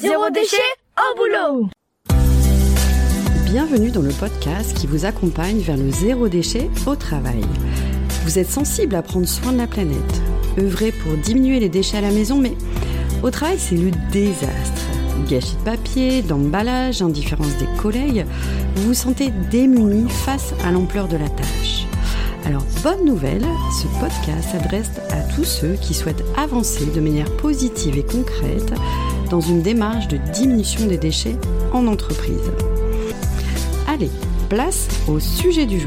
Zéro déchet au boulot. Bienvenue dans le podcast qui vous accompagne vers le zéro déchet au travail. Vous êtes sensible à prendre soin de la planète, œuvrer pour diminuer les déchets à la maison, mais au travail, c'est le désastre. Gâchis de papier, d'emballage, indifférence des collègues, vous vous sentez démuni face à l'ampleur de la tâche. Alors, bonne nouvelle, ce podcast s'adresse à tous ceux qui souhaitent avancer de manière positive et concrète dans une démarche de diminution des déchets en entreprise. Allez, place au sujet du jour.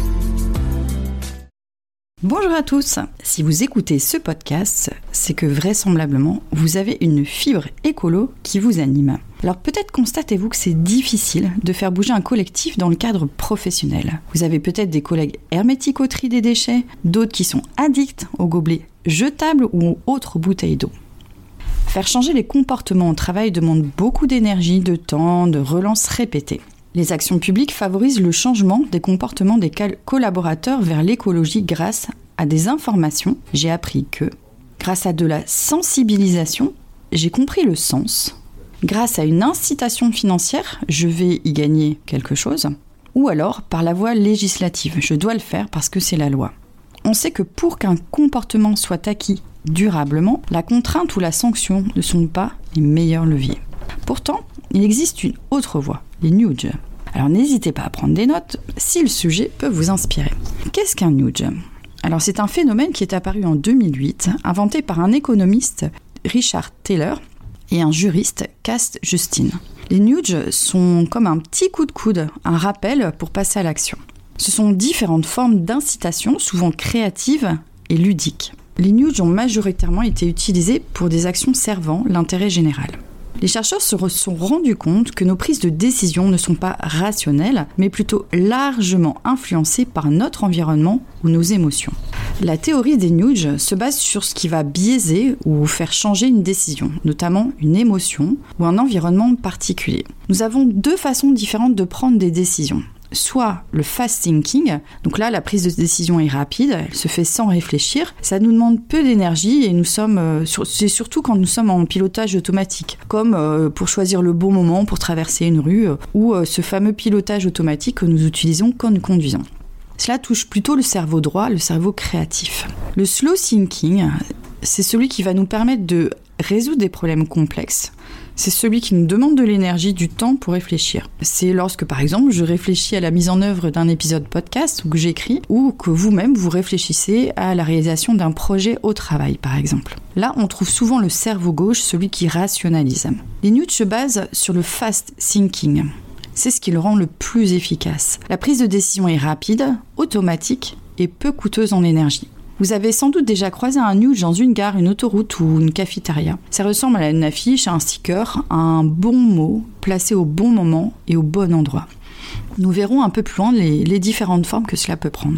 Bonjour à tous. Si vous écoutez ce podcast, c'est que vraisemblablement, vous avez une fibre écolo qui vous anime. Alors peut-être constatez-vous que c'est difficile de faire bouger un collectif dans le cadre professionnel. Vous avez peut-être des collègues hermétiques au tri des déchets, d'autres qui sont addicts aux gobelets jetables ou aux autres bouteilles d'eau. Faire changer les comportements au travail demande beaucoup d'énergie, de temps, de relance répétée. Les actions publiques favorisent le changement des comportements des collaborateurs vers l'écologie grâce à des informations. J'ai appris que, grâce à de la sensibilisation, j'ai compris le sens. Grâce à une incitation financière, je vais y gagner quelque chose. Ou alors, par la voie législative, je dois le faire parce que c'est la loi. On sait que pour qu'un comportement soit acquis durablement, la contrainte ou la sanction ne sont pas les meilleurs leviers. Pourtant, il existe une autre voie, les nudges. Alors n'hésitez pas à prendre des notes si le sujet peut vous inspirer. Qu'est-ce qu'un nudge ? Alors c'est un phénomène qui est apparu en 2008, inventé par un économiste, Richard Thaler, et un juriste, Cass Justin. Les nudges sont comme un petit coup de coude, un rappel pour passer à l'action. Ce sont différentes formes d'incitation, souvent créatives et ludiques. Les nudges ont majoritairement été utilisés pour des actions servant l'intérêt général. Les chercheurs se sont rendus compte que nos prises de décision ne sont pas rationnelles, mais plutôt largement influencées par notre environnement ou nos émotions. La théorie des nudges se base sur ce qui va biaiser ou faire changer une décision, notamment une émotion ou un environnement particulier. Nous avons deux façons différentes de prendre des décisions. Soit le fast thinking, donc là la prise de décision est rapide, elle se fait sans réfléchir, ça nous demande peu d'énergie et c'est surtout quand nous sommes en pilotage automatique, comme pour choisir le bon moment pour traverser une rue ou ce fameux pilotage automatique que nous utilisons quand nous conduisons. Cela touche plutôt le cerveau droit, le cerveau créatif. Le slow thinking, c'est celui qui va nous permettre de résoudre des problèmes complexes. C'est celui qui nous demande de l'énergie, du temps pour réfléchir. C'est lorsque, par exemple, je réfléchis à la mise en œuvre d'un épisode podcast ou que j'écris, ou que vous-même, vous réfléchissez à la réalisation d'un projet au travail, par exemple. Là, on trouve souvent le cerveau gauche, celui qui rationalise. Les nudges se basent sur le fast thinking. C'est ce qui le rend le plus efficace. La prise de décision est rapide, automatique et peu coûteuse en énergie. Vous avez sans doute déjà croisé un nudge dans une gare, une autoroute ou une cafétéria. Ça ressemble à une affiche, à un sticker, à un bon mot placé au bon moment et au bon endroit. Nous verrons un peu plus loin les différentes formes que cela peut prendre.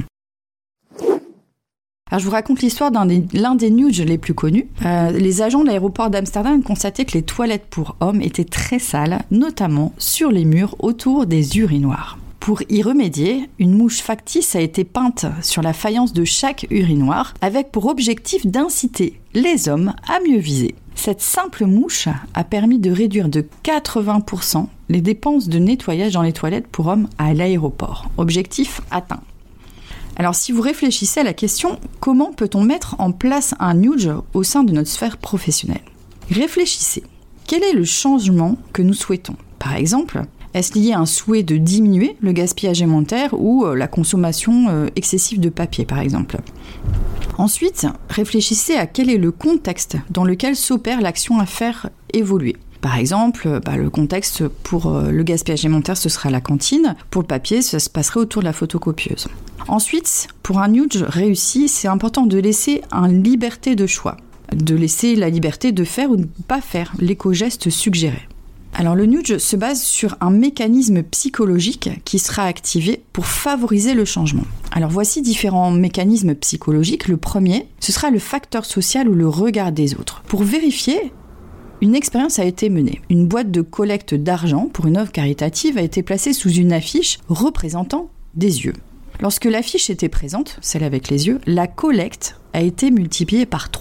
Alors je vous raconte l'histoire l'un des nudges les plus connus. Les agents de l'aéroport d'Amsterdam constataient que les toilettes pour hommes étaient très sales, notamment sur les murs autour des urinoirs. Pour y remédier, une mouche factice a été peinte sur la faïence de chaque urinoir avec pour objectif d'inciter les hommes à mieux viser. Cette simple mouche a permis de réduire de 80% les dépenses de nettoyage dans les toilettes pour hommes à l'aéroport. Objectif atteint. Alors si vous réfléchissez à la question, comment peut-on mettre en place un nudge au sein de notre sphère professionnelle ? Réfléchissez. Quel est le changement que nous souhaitons ? Par exemple, est-ce lié à un souhait de diminuer le gaspillage alimentaire ou la consommation excessive de papier, par exemple ? Ensuite, réfléchissez à quel est le contexte dans lequel s'opère l'action à faire évoluer. Par exemple, le contexte pour le gaspillage alimentaire, ce sera la cantine. Pour le papier, ça se passerait autour de la photocopieuse. Ensuite, pour un nudge réussi, c'est important de laisser une liberté de choix. De laisser la liberté de faire ou de ne pas faire l'éco-geste suggéré. Alors le nudge se base sur un mécanisme psychologique qui sera activé pour favoriser le changement. Alors voici différents mécanismes psychologiques. Le premier, ce sera le facteur social ou le regard des autres. Pour vérifier, une expérience a été menée. Une boîte de collecte d'argent pour une œuvre caritative a été placée sous une affiche représentant des yeux. Lorsque l'affiche était présente, celle avec les yeux, la collecte a été multipliée par 3.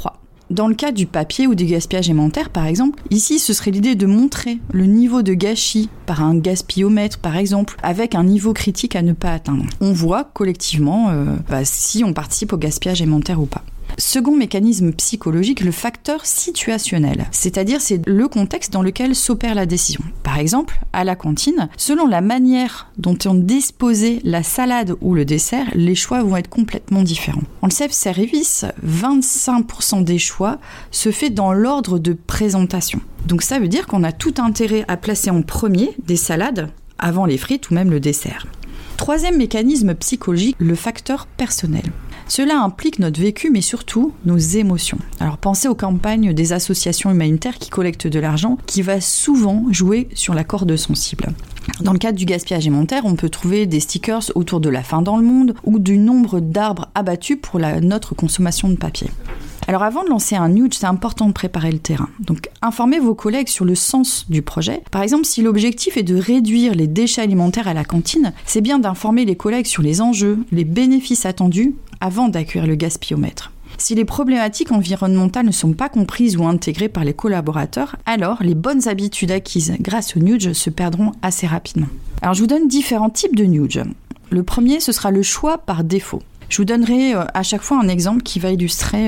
Dans le cas du papier ou du gaspillage alimentaire, par exemple, ici, ce serait l'idée de montrer le niveau de gâchis par un gaspillomètre, par exemple, avec un niveau critique à ne pas atteindre. On voit collectivement si on participe au gaspillage alimentaire ou pas. Second mécanisme psychologique, le facteur situationnel, c'est-à-dire c'est le contexte dans lequel s'opère la décision. Par exemple, à la cantine, selon la manière dont on disposait la salade ou le dessert, les choix vont être complètement différents. En self-service, 25% des choix se fait dans l'ordre de présentation. Donc ça veut dire qu'on a tout intérêt à placer en premier des salades avant les frites ou même le dessert. Troisième mécanisme psychologique, le facteur personnel. Cela implique notre vécu, mais surtout nos émotions. Alors pensez aux campagnes des associations humanitaires qui collectent de l'argent, qui va souvent jouer sur la corde sensible. Dans le cadre du gaspillage alimentaire, on peut trouver des stickers autour de la faim dans le monde ou du nombre d'arbres abattus pour notre consommation de papier. Alors avant de lancer un nudge, c'est important de préparer le terrain. Donc informez vos collègues sur le sens du projet. Par exemple, si l'objectif est de réduire les déchets alimentaires à la cantine, c'est bien d'informer les collègues sur les enjeux, les bénéfices attendus avant d'accueillir le gaspillomètre. Si les problématiques environnementales ne sont pas comprises ou intégrées par les collaborateurs, alors les bonnes habitudes acquises grâce au nudge se perdront assez rapidement. Alors je vous donne différents types de nudge. Le premier, ce sera le choix par défaut. Je vous donnerai à chaque fois un exemple qui va illustrer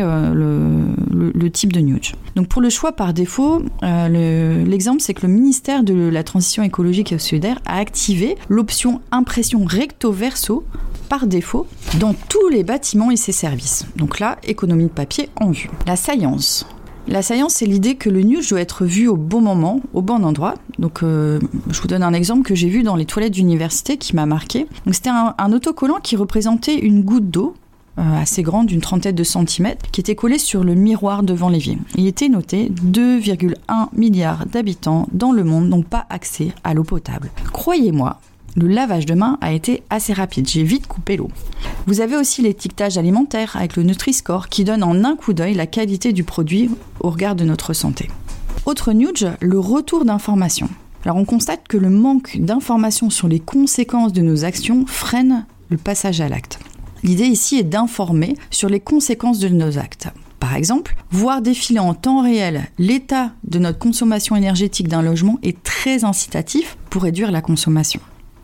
le type de nudge. Donc pour le choix par défaut, l'exemple c'est que le ministère de la Transition écologique et solidaire a activé l'option impression recto verso par défaut dans tous les bâtiments et ses services. Donc là, économie de papier en vue. La science. La science, c'est l'idée que le nudge doit être vu au bon moment, au bon endroit. Donc, je vous donne un exemple que j'ai vu dans les toilettes d'université qui m'a marqué. Donc, c'était un autocollant qui représentait une goutte d'eau assez grande, d'une trentaine de centimètres, qui était collée sur le miroir devant l'évier. Il était noté 2,1 milliards d'habitants dans le monde n'ont pas accès à l'eau potable. Croyez-moi, le lavage de mains a été assez rapide, j'ai vite coupé l'eau. Vous avez aussi l'étiquetage alimentaire avec le Nutri-Score qui donne en un coup d'œil la qualité du produit au regard de notre santé. Autre nudge, le retour d'informations. Alors on constate que le manque d'informations sur les conséquences de nos actions freine le passage à l'acte. L'idée ici est d'informer sur les conséquences de nos actes. Par exemple, voir défiler en temps réel l'état de notre consommation énergétique d'un logement est très incitatif pour réduire la consommation.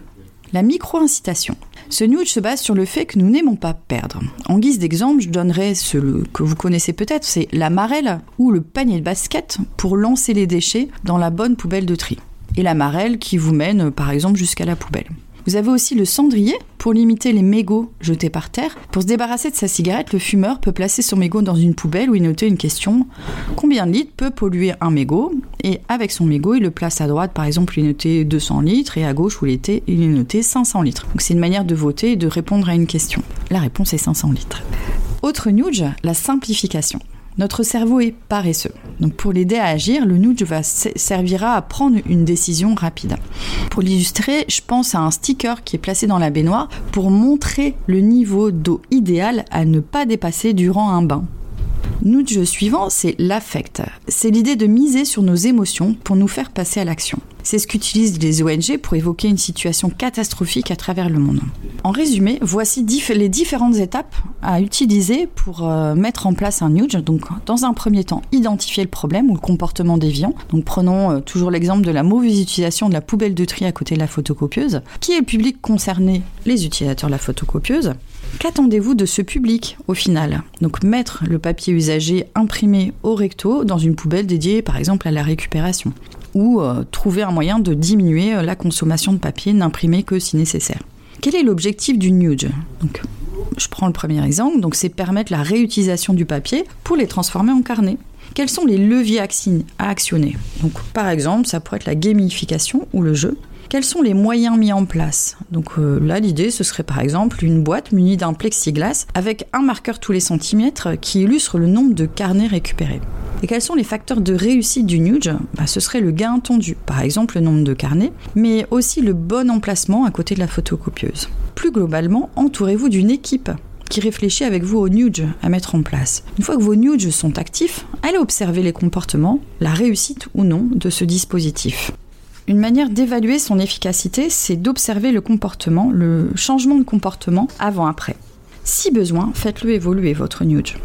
La micro-incitation. Ce nudge se base sur le fait que nous n'aimons pas perdre. En guise d'exemple, je donnerai ce que vous connaissez peut-être, c'est la marelle ou le panier de basket pour lancer les déchets dans la bonne poubelle de tri. Et la marelle qui vous mène par exemple jusqu'à la poubelle. Vous avez aussi le cendrier pour limiter les mégots jetés par terre. Pour se débarrasser de sa cigarette, le fumeur peut placer son mégot dans une poubelle où il note une question. Combien de litres peut polluer un mégot ? Et avec son mégot, il le place à droite, par exemple, il est noté 200 litres et à gauche, où il est noté 500 litres. Donc c'est une manière de voter et de répondre à une question. La réponse est 500 litres. Autre nudge, la simplification. Notre cerveau est paresseux. Donc pour l'aider à agir, le nudge servira à prendre une décision rapide. Pour l'illustrer, je pense à un sticker qui est placé dans la baignoire pour montrer le niveau d'eau idéal à ne pas dépasser durant un bain. Nudge suivant, c'est l'affect. C'est l'idée de miser sur nos émotions pour nous faire passer à l'action. C'est ce qu'utilisent les ONG pour évoquer une situation catastrophique à travers le monde. En résumé, voici les différentes étapes à utiliser pour mettre en place un nudge. Donc, dans un premier temps, identifier le problème ou le comportement déviant. Donc, prenons toujours l'exemple de la mauvaise utilisation de la poubelle de tri à côté de la photocopieuse. Qui est le public concerné ? Les utilisateurs de la photocopieuse. Qu'attendez-vous de ce public au final ? Donc mettre le papier usagé imprimé au recto dans une poubelle dédiée par exemple à la récupération ou trouver un moyen de diminuer la consommation de papier, n'imprimer que si nécessaire. Quel est l'objectif du nudge ? Donc, je prends le premier exemple, donc c'est permettre la réutilisation du papier pour les transformer en carnet. Quels sont les leviers à actionner ? Donc par exemple, ça pourrait être la gamification ou le jeu. Quels sont les moyens mis en place ? Donc là, l'idée, ce serait par exemple une boîte munie d'un plexiglas avec un marqueur tous les centimètres qui illustre le nombre de carnets récupérés. Et quels sont les facteurs de réussite du nudge ? Ce serait le gain attendu, par exemple le nombre de carnets, mais aussi le bon emplacement à côté de la photocopieuse. Plus globalement, entourez-vous d'une équipe qui réfléchit avec vous au nudge à mettre en place. Une fois que vos nudges sont actifs, allez observer les comportements, la réussite ou non de ce dispositif. Une manière d'évaluer son efficacité, c'est d'observer le comportement, le changement de comportement avant-après. Si besoin, faites-le évoluer votre nudge.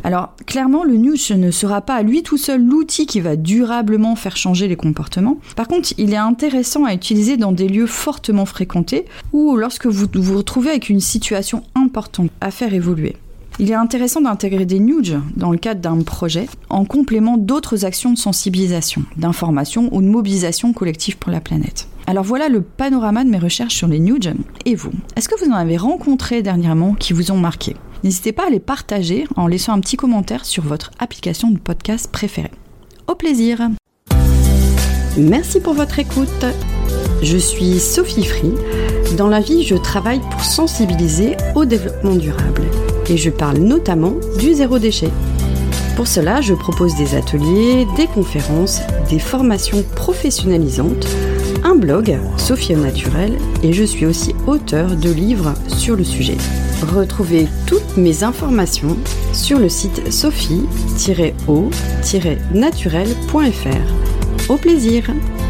Alors, clairement, le nudge ne sera pas à lui tout seul l'outil qui va durablement faire changer les comportements. Par contre, il est intéressant à utiliser dans des lieux fortement fréquentés ou lorsque vous vous retrouvez avec une situation importante à faire évoluer. Il est intéressant d'intégrer des nudges dans le cadre d'un projet en complément d'autres actions de sensibilisation, d'information ou de mobilisation collective pour la planète. Alors voilà le panorama de mes recherches sur les nudges. Et vous, est-ce que vous en avez rencontré dernièrement qui vous ont marqué ? N'hésitez pas à les partager en laissant un petit commentaire sur votre application de podcast préférée. Au plaisir! Merci pour votre écoute. Je suis Sophie Free. Dans la vie, je travaille pour sensibiliser au développement durable. Et je parle notamment du zéro déchet. Pour cela, je propose des ateliers, des conférences, des formations professionnalisantes, un blog, Sophie au naturel, et je suis aussi auteure de livres sur le sujet. Retrouvez toutes mes informations sur le site sophie-o-naturel.fr. Au plaisir!